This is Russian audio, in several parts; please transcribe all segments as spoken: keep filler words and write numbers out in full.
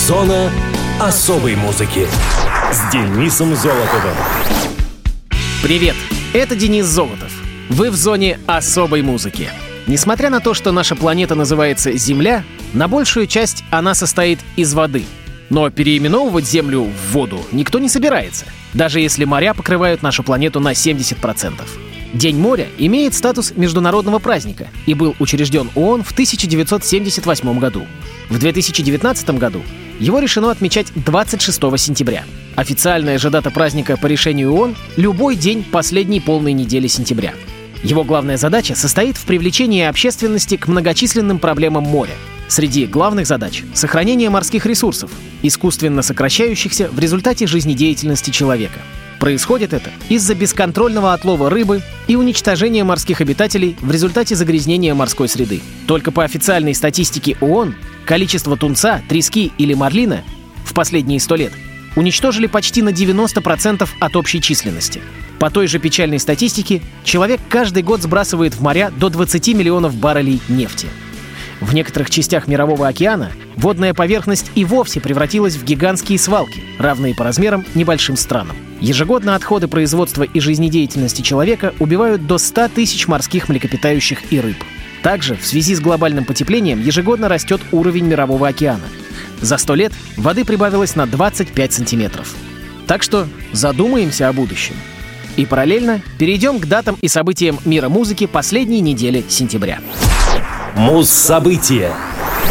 Зона особой музыки с Денисом Золотовым. Привет, это Денис Золотов. Вы в зоне особой музыки. Несмотря на то, что наша планета называется Земля, на большую часть она состоит из воды. Но переименовывать Землю в воду никто не собирается, даже если моря покрывают нашу планету на семьдесят процентов. День моря имеет статус международного праздника и был учрежден ООН в тысяча девятьсот семьдесят восьмом году. В две тысячи девятнадцатом году его решено отмечать двадцать шестого сентября. Официальная же дата праздника по решению ООН – любой день последней полной недели сентября. Его главная задача состоит в привлечении общественности к многочисленным проблемам моря. Среди главных задач – сохранение морских ресурсов, искусственно сокращающихся в результате жизнедеятельности человека. Происходит это из-за бесконтрольного отлова рыбы и уничтожения морских обитателей в результате загрязнения морской среды. Только по официальной статистике ООН количество тунца, трески или марлина в последние сто лет уничтожили почти на девяносто процентов от общей численности. По той же печальной статистике, человек каждый год сбрасывает в моря до двадцати миллионов баррелей нефти. В некоторых частях Мирового океана водная поверхность и вовсе превратилась в гигантские свалки, равные по размерам небольшим странам. Ежегодно отходы производства и жизнедеятельности человека убивают до ста тысяч морских млекопитающих и рыб. Также в связи с глобальным потеплением ежегодно растет уровень Мирового океана. За сто лет воды прибавилось на двадцать пять сантиметров. Так что задумаемся о будущем. И параллельно перейдем к датам и событиям мира музыки последней недели сентября. Муз-события.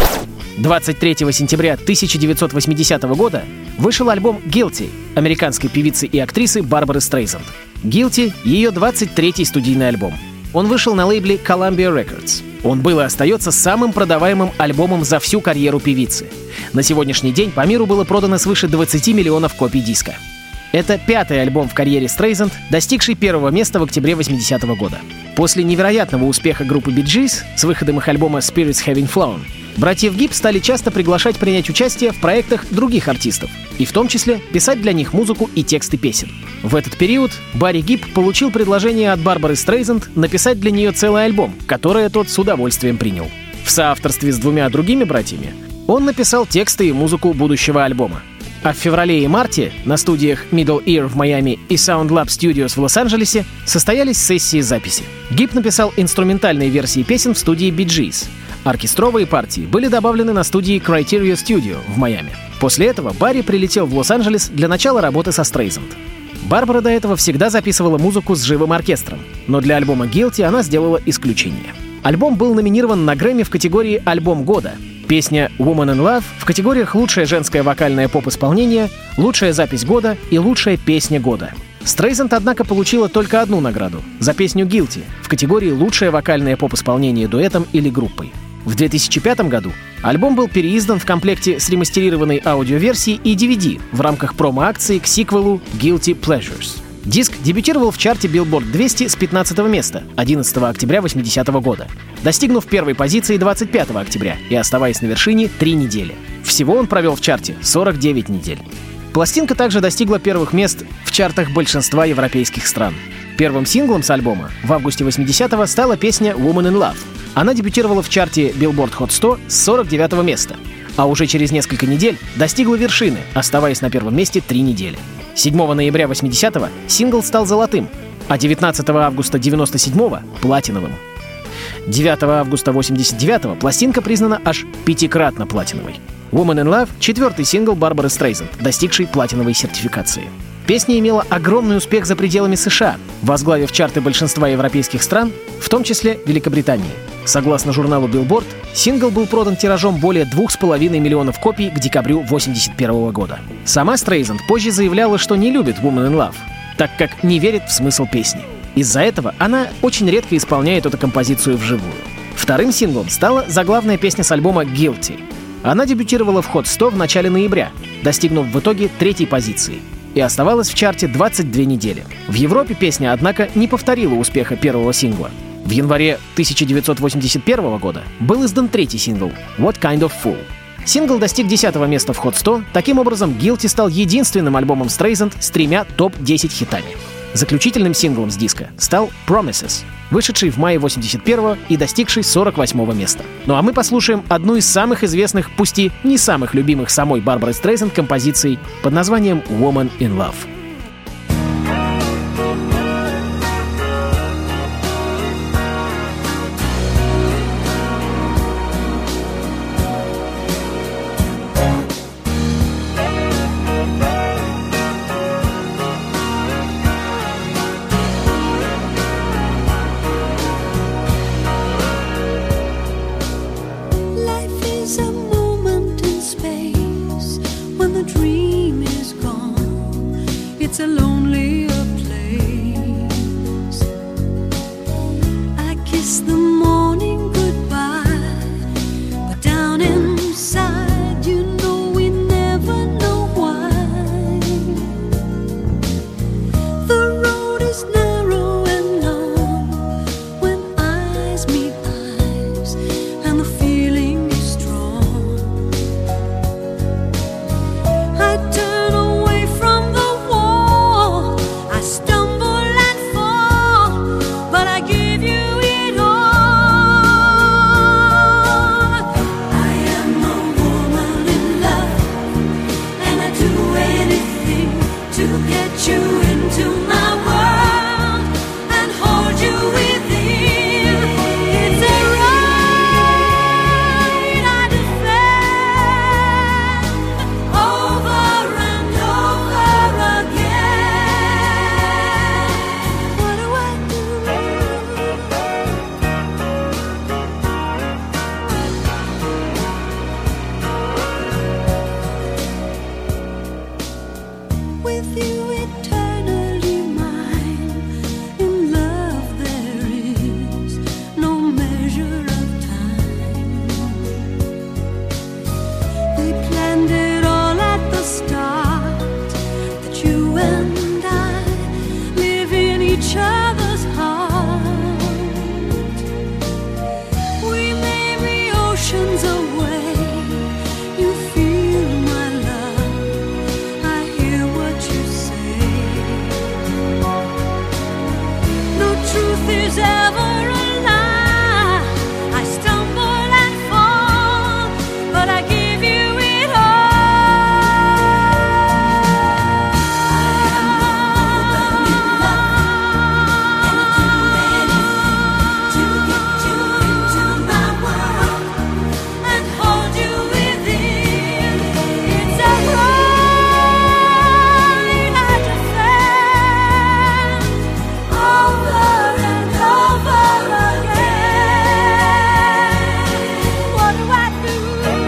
двадцать третьего сентября тысяча девятьсот восьмидесятого года вышел альбом «Guilty» американской певицы и актрисы Барбары Стрейзанд. «Guilty» — ее двадцать третий студийный альбом. Он вышел на лейбле Columbia Records. Он был и остается самым продаваемым альбомом за всю карьеру певицы. На сегодняшний день по миру было продано свыше двадцати миллионов копий диска. Это пятый альбом в карьере Стрейзанд, достигший первого места в октябре восьмидесятого года. После невероятного успеха группы Bee Gees с выходом их альбома Spirits Having Flown, братьев Гиб стали часто приглашать принять участие в проектах других артистов, и в том числе писать для них музыку и тексты песен. В этот период Барри Гиб получил предложение от Барбары Стрейзанд написать для нее целый альбом, которое тот с удовольствием принял. В соавторстве с двумя другими братьями он написал тексты и музыку будущего альбома. А в феврале и марте на студиях Middle Ear в Майами и Sound Lab Studios в Лос-Анджелесе состоялись сессии записи. Гиб написал инструментальные версии песен в студии Bee Gees. Оркестровые партии были добавлены на студии Criteria Studio в Майами. После этого Барри прилетел в Лос-Анджелес для начала работы со Стрейзанд. Барбара до этого всегда записывала музыку с живым оркестром, но для альбома Guilty она сделала исключение. Альбом был номинирован на Грэмми в категории «Альбом года». Песня «Woman in Love» в категориях «Лучшее женское вокальное поп-исполнение», «Лучшая запись года» и «Лучшая песня года». Стрейзанд, однако, получила только одну награду — за песню «Guilty» в категории «Лучшее вокальное поп-исполнение дуэтом или группой». В две тысячи пятом году альбом был переиздан в комплекте с ремастерированной аудиоверсией и ди ви ди в рамках промо-акции к сиквелу «Guilty Pleasures». Диск дебютировал в чарте Billboard двести с пятнадцатого места одиннадцатого октября восьмидесятого года, достигнув первой позиции двадцать пятого октября и оставаясь на вершине три недели. Всего он провел в чарте сорок девять недель. Пластинка также достигла первых мест в чартах большинства европейских стран. Первым синглом с альбома в августе восьмидесятого стала песня «Woman in Love». Она дебютировала в чарте Billboard Hot сто с сорок девятого места, а уже через несколько недель достигла вершины, оставаясь на первом месте три недели. седьмого ноября восьмидесятого сингл стал золотым, а девятнадцатого августа девяносто седьмого — платиновым. девятого августа восемьдесят девятого пластинка признана аж пятикратно платиновой. «Woman in Love» — четвертый сингл Барбары Стрейзанд, достигший платиновой сертификации. Песня имела огромный успех за пределами США, возглавив чарты большинства европейских стран, в том числе Великобритании. Согласно журналу Billboard, сингл был продан тиражом более двух с половиной миллионов копий к декабрю восемьдесят первого года. Сама Стрейзанд позже заявляла, что не любит «Woman in Love», так как не верит в смысл песни. Из-за этого она очень редко исполняет эту композицию вживую. Вторым синглом стала заглавная песня с альбома «Guilty». Она дебютировала в Hot сто в начале ноября, достигнув в итоге третьей позиции, и оставалась в чарте двадцать две недели. В Европе песня, однако, не повторила успеха первого сингла. В январе тысяча девятьсот восемьдесят первого года был издан третий сингл «What Kind of Fool». Сингл достиг десятого места в Hot сто, таким образом «Guilty» стал единственным альбомом Стрейзанд с тремя топ десять хитами. Заключительным синглом с диска стал «Promises». вышедший в мае восемьдесят первого и достигший сорок восьмого места. Ну а мы послушаем одну из самых известных, пусть и не самых любимых самой Барбарой Стрейзанд композиций под названием «Woman in Love». It's a lonelier place. I kiss the morning goodbye, but down inside, you know we never know why. The road is narrow and long when eyes meet eyes, and the feeling is strong. I turn away from the I stumble and fall, but I give you it all. I am a woman in love, and I do anything to get you into my world and hold you within. It's a right I defend over and over again. With you eternally mine, in love there is no measure of time. We planned it all at the start, that you and I live in each other's heart. We may be oceans away, you feel my love, I hear what you say. No truth is ever a lie. I stumble and fall, but I give you it all. And I do anything to get you into my world and hold you within. It's a right I defend over and over again. What do I do?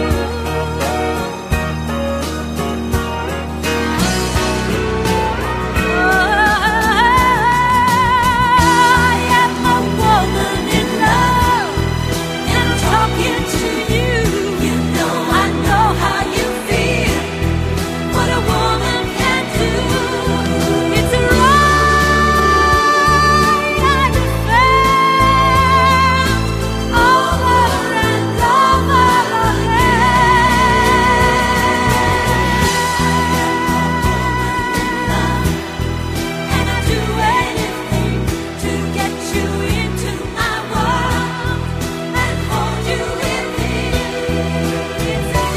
I am a woman in love, and I'm talking to you. You know I know how you feel, what a woman can do. It's a right I defend over and over again. And I do anything to get you into my world and hold you within. It's a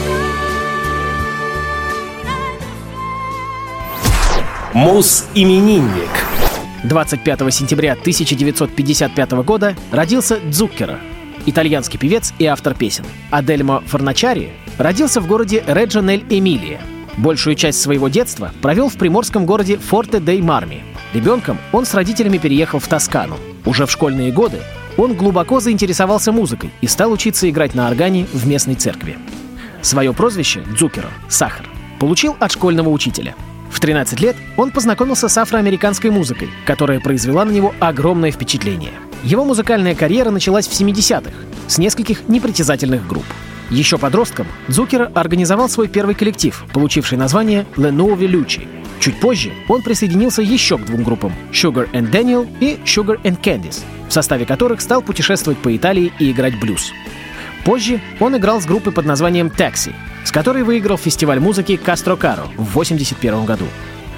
right I defend. Муз-именинник. двадцать пятого сентября тысяча девятьсот пятьдесят пятого года родился Дзуккеро, итальянский певец и автор песен. Адельмо Форначари родился в городе Реджо-нель-Эмилия. Большую часть своего детства провел в приморском городе Форте-дей-Марми. Ребенком он с родителями переехал в Тоскану. Уже в школьные годы он глубоко заинтересовался музыкой и стал учиться играть на органе в местной церкви. Свое прозвище Дзуккеро — «Сахар» получил от школьного учителя. В тринадцать лет он познакомился с афроамериканской музыкой, которая произвела на него огромное впечатление. Его музыкальная карьера началась в семидесятых с нескольких непритязательных групп. Еще подростком Дзуккеро организовал свой первый коллектив, получивший название «Le Nuovi Luci». Чуть позже он присоединился еще к двум группам — Sugar and Daniel и Sugar and Candice, в составе которых стал путешествовать по Италии и играть блюз. Позже он играл с группой под названием «Taxi», с которой выиграл фестиваль музыки «Кастро Каро» в восемьдесят первом году.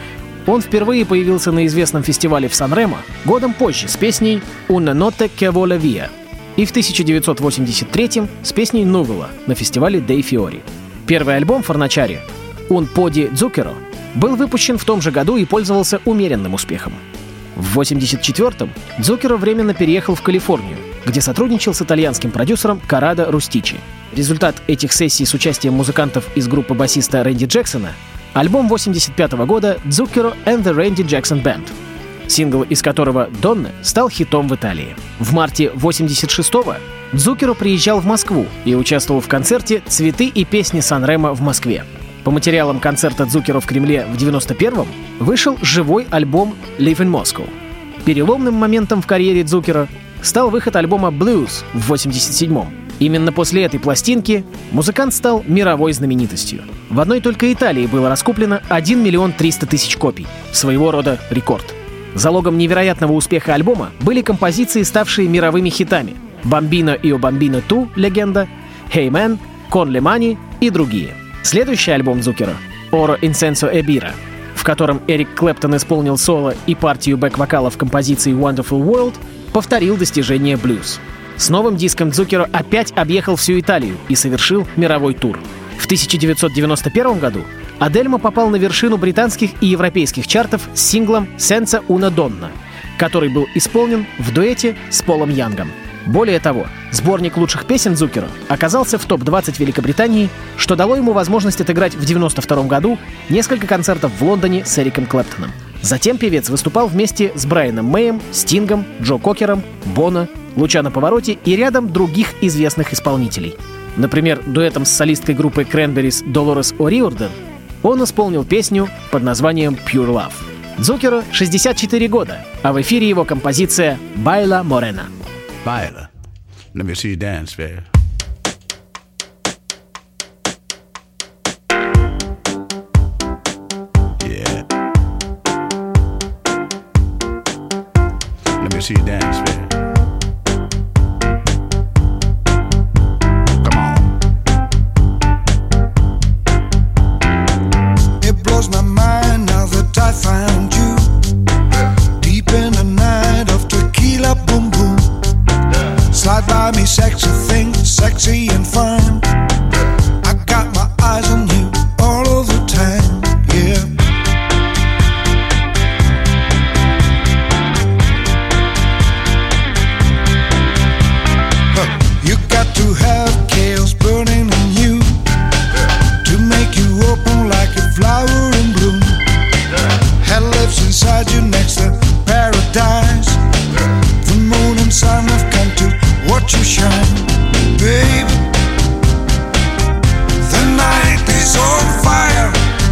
он впервые появился на известном фестивале в Сан-Ремо годом позже с песней «Una notte che vola via» и в тысяча девятьсот восемьдесят третьем с песней «Nuvola» на фестивале Dei Fiori. Первый альбом Форначари «Un po' di zucchero» был выпущен в том же году и пользовался умеренным успехом. В восемьдесят четвёртом Дзукеро временно переехал в Калифорнию, где сотрудничал с итальянским продюсером Коррадо Рустичи. Результат этих сессий с участием музыкантов из группы басиста Рэнди Джексона — альбом восемьдесят пятого года «Zucchero and the Randy Jackson Band», сингл из которого «Донна» стал хитом в Италии. В марте восемьдесят шестого Дзукеро приезжал в Москву и участвовал в концерте «Цветы и песни Сан-Ремо» в Москве. По материалам концерта Дзукеро в Кремле в девяносто первом вышел живой альбом «Live in Moscow». Переломным моментом в карьере Дзукеро стал выход альбома «Blues» в восемьдесят седьмом. Именно после этой пластинки музыкант стал мировой знаменитостью. В одной только Италии было раскуплено один миллион триста тысяч копий. Своего рода рекорд. Залогом невероятного успеха альбома были композиции, ставшие мировыми хитами: «Bambino io bambino tu» — «Легенда», «Hey Man», «Con le mani» и другие. Следующий альбом Дзукеро «Oro incenso e birra», в котором Эрик Клэптон исполнил соло и партию бэк-вокала в композиции «Wonderful World», повторил достижение блюз. С новым диском Дзукеро опять объехал всю Италию и совершил мировой тур. В тысяча девятьсот девяносто первом году Адельмо попал на вершину британских и европейских чартов с синглом «Senza una donna», который был исполнен в дуэте с Полом Янгом. Более того, сборник лучших песен Дзукеро оказался в топ двадцать Великобритании, что дало ему возможность отыграть в девяносто втором году несколько концертов в Лондоне с Эриком Клэптоном. Затем певец выступал вместе с Брайаном Мэем, Стингом, Джо Кокером, Боно, Лучано Паваротти и рядом других известных исполнителей. Например, дуэтом с солисткой группы Cranberries Долорес О'Риордан он исполнил песню под названием «Pure Love». Дзукеро шестьдесят четыре года, а в эфире его композиция «Baila Morena». Baila. Let me see you dance, baby. Yeah. Let me see you dance, baby. Come on. It blows my mind now that I found you deep in the night of tequila, boom boom. Slide by me, sexy thing, sexy and fine. I got my eyes on you all of the time, yeah. Huh. You got to have chaos burning in you to make you open like a flower in bloom. Hell lives inside you next to paradise. The moon and sun have come to watch you shine, baby. The night is on fire.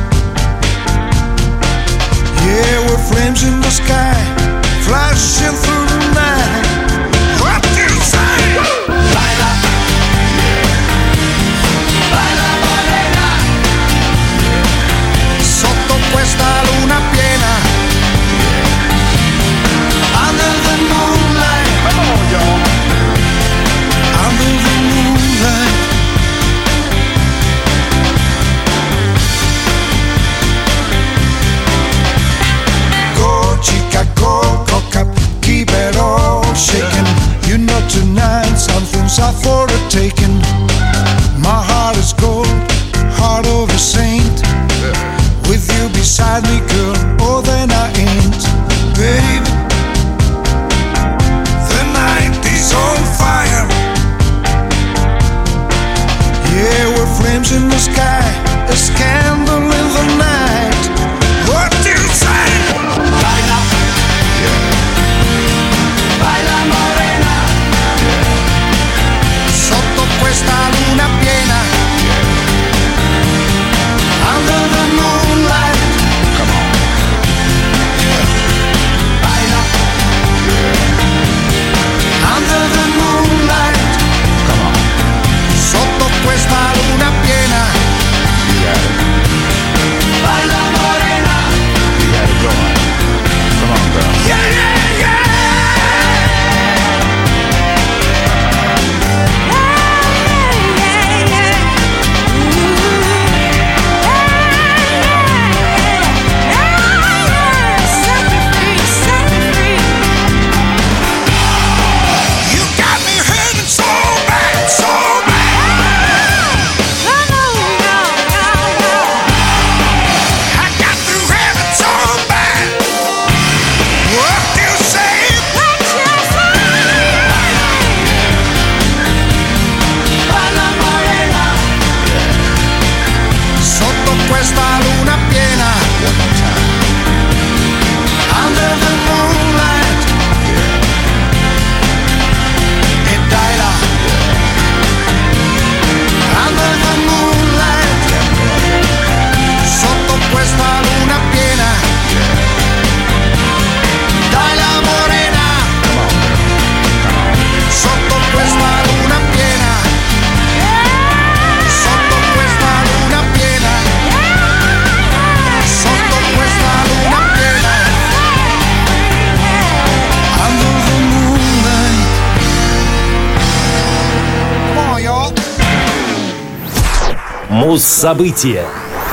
Yeah, we're flames in the sky, flashing through the night. What do you say? Baila, baila morena, sotto questa luna piena, under the moonlight. Come on, y'all. Under the moonlight. Go, chica, go, cock up, keep it all shaking. You know tonight something's up for the taking. My heart is gold, heart of a saint. With you beside me, girl, oh then I ain't, baby. The night is on fire. Yeah, we're flames in the sky, a scandal in the night. What do you say? Baila, baila morena, sotto questa luna piena, under the moonlight. Come on. questa luna piena. Under the moonlight. E dai là. Under the moonlight. Sotto questa luna piena. Dai la morena. Sotto questa luna piena. Sotto questa luna piena. Sotto questa luna piena. Under the moonlight. Come on, y'all. Муз-события.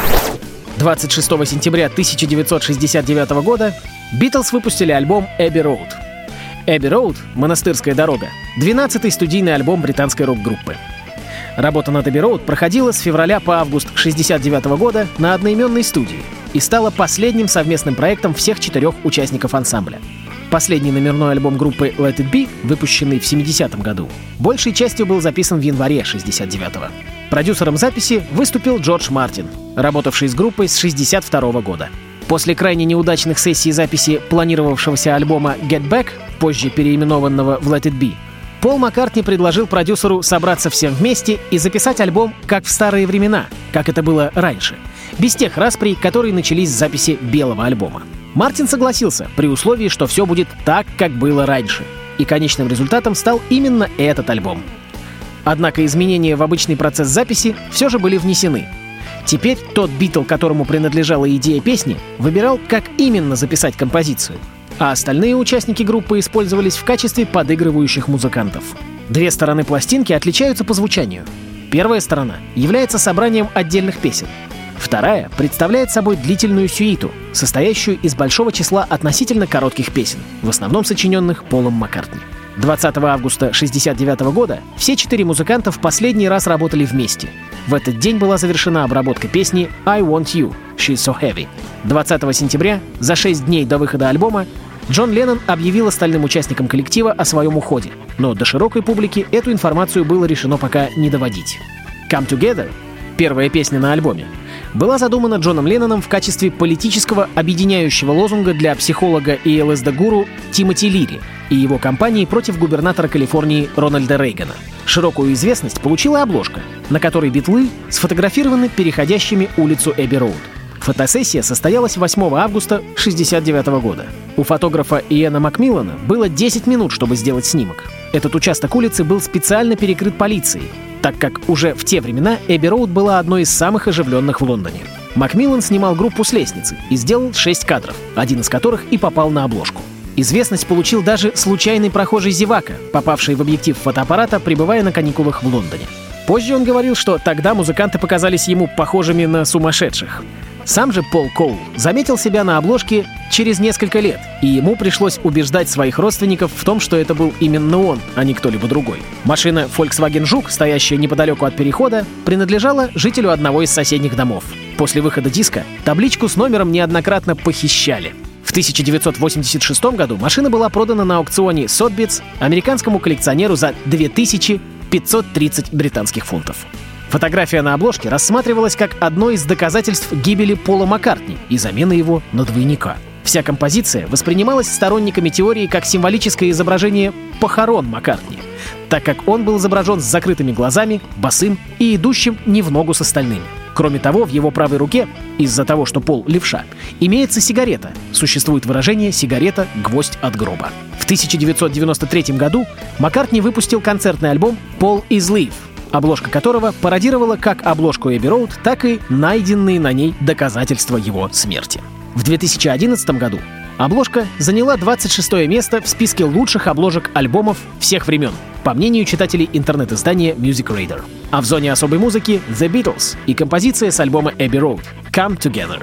двадцать шестого сентября тысяча девятьсот шестьдесят девятого года Битлз выпустили альбом «Эбби Роуд». «Эбби Роуд» — «Монастырская дорога» — двенадцатый студийный альбом британской рок-группы. Работа над «Эбби Роуд» проходила с февраля по август шестьдесят девятого года на одноименной студии и стала последним совместным проектом всех четырех участников ансамбля. Последний номерной альбом группы «Let It Be», выпущенный в семидесятом году, большей частью был записан в январе шестьдесят девятого. Продюсером записи выступил Джордж Мартин, работавший с группой с шестьдесят второго года. После крайне неудачных сессий записи планировавшегося альбома «Get Back», позже переименованного в «Let It Be», Пол Маккартни предложил продюсеру собраться всем вместе и записать альбом как в старые времена, как это было раньше, без тех расприй, которые начались с записи белого альбома. Мартин согласился, при условии, что все будет так, как было раньше. И конечным результатом стал именно этот альбом. Однако изменения в обычный процесс записи все же были внесены. Теперь тот Битл, которому принадлежала идея песни, выбирал, как именно записать композицию, а остальные участники группы использовались в качестве подыгрывающих музыкантов. Две стороны пластинки отличаются по звучанию. Первая сторона является собранием отдельных песен. Вторая представляет собой длительную сюиту, состоящую из большого числа относительно коротких песен, в основном сочиненных Полом Маккартни. двадцатого августа шестьдесят девятого года все четыре музыканта в последний раз работали вместе. В этот день была завершена обработка песни «I Want You» «She's So Heavy». двадцатого сентября, за шесть дней до выхода альбома, Джон Леннон объявил остальным участникам коллектива о своем уходе, но до широкой публики эту информацию было решено пока не доводить. «Come Together», первая песня на альбоме, была задумана Джоном Ленноном в качестве политического объединяющего лозунга для психолога и эл эс дэ-гуру Тимоти Лири и его кампании против губернатора Калифорнии Рональда Рейгана. Широкую известность получила обложка, на которой битлы сфотографированы переходящими улицу Эбби Роуд. Фотосессия состоялась восьмого августа шестьдесят девятого года. У фотографа Иэна Макмиллана было десять минут, чтобы сделать снимок. Этот участок улицы был специально перекрыт полицией, так как уже в те времена Эбби Роуд была одной из самых оживленных в Лондоне. Макмиллан снимал группу с лестницы и сделал шесть кадров, один из которых и попал на обложку. Известность получил даже случайный прохожий зевака, попавший в объектив фотоаппарата, пребывая на каникулах в Лондоне. Позже он говорил, что тогда музыканты показались ему похожими на сумасшедших. Сам же Пол Коул заметил себя на обложке через несколько лет, и ему пришлось убеждать своих родственников в том, что это был именно он, а не кто-либо другой. Машина Volkswagen Жук, стоящая неподалеку от перехода, принадлежала жителю одного из соседних домов. После выхода диска табличку с номером неоднократно похищали. В тысяча девятьсот восемьдесят шестом году машина была продана на аукционе Сотбис американскому коллекционеру за две тысячи пятьсот тридцать британских фунтов. Фотография на обложке рассматривалась как одно из доказательств гибели Пола Маккартни и замены его на двойника. Вся композиция воспринималась сторонниками теории как символическое изображение похорон Маккартни, так как он был изображен с закрытыми глазами, босым и идущим не в ногу с остальными. Кроме того, в его правой руке, из-за того, что Пол левша, имеется сигарета. Существует выражение «сигарета – гвоздь от гроба». В тысяча девятьсот девяносто третьем году Маккартни выпустил концертный альбом «Paul is Live», обложка которого пародировала как обложку Эбби Роуд, так и найденные на ней доказательства его смерти. В две тысячи одиннадцатом году обложка заняла двадцать шестое место в списке лучших обложек альбомов всех времен, по мнению читателей интернет-издания Music Radar. А в зоне особой музыки The Beatles и композиция с альбома Эбби Роуд «Come Together».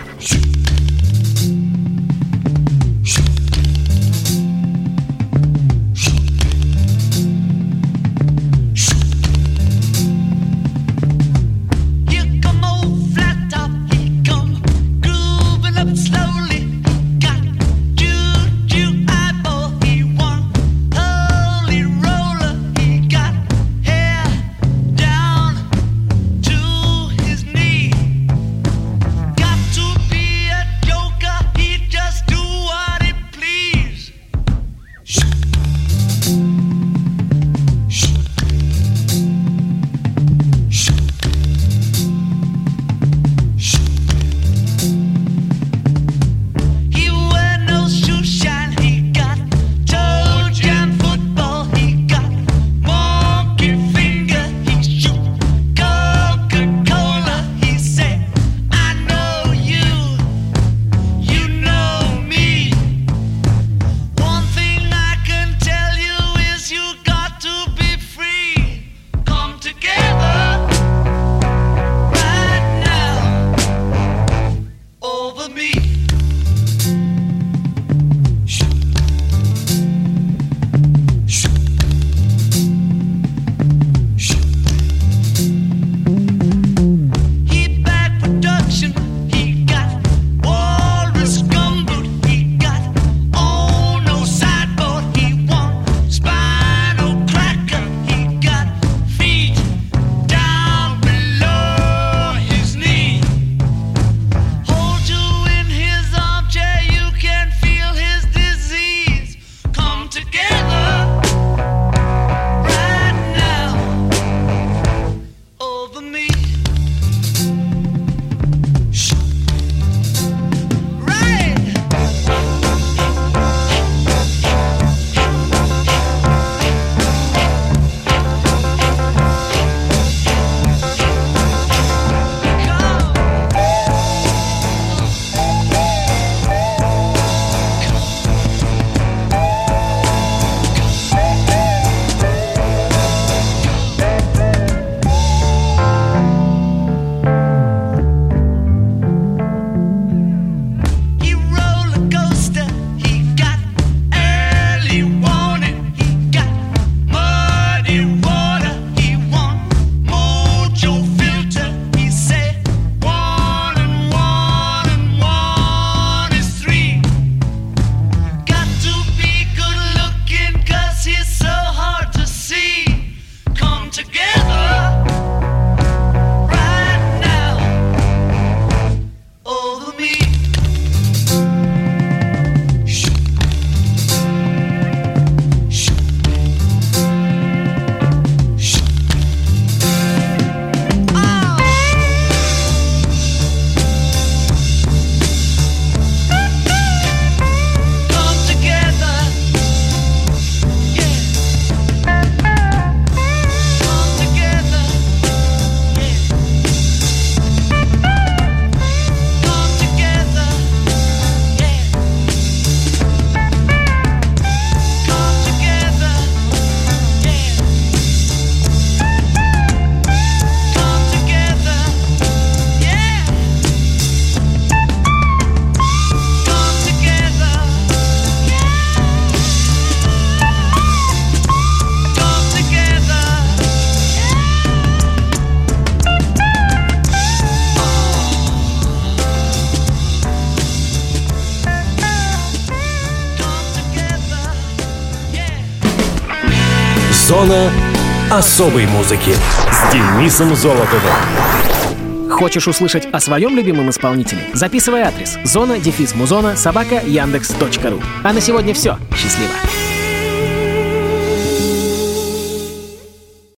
Зона особой музыки с Денисом Золотовым. Хочешь услышать о своем любимом исполнителе? Записывай адрес: зона дефис музона собака яндекс точка ру. А на сегодня все. Счастливо.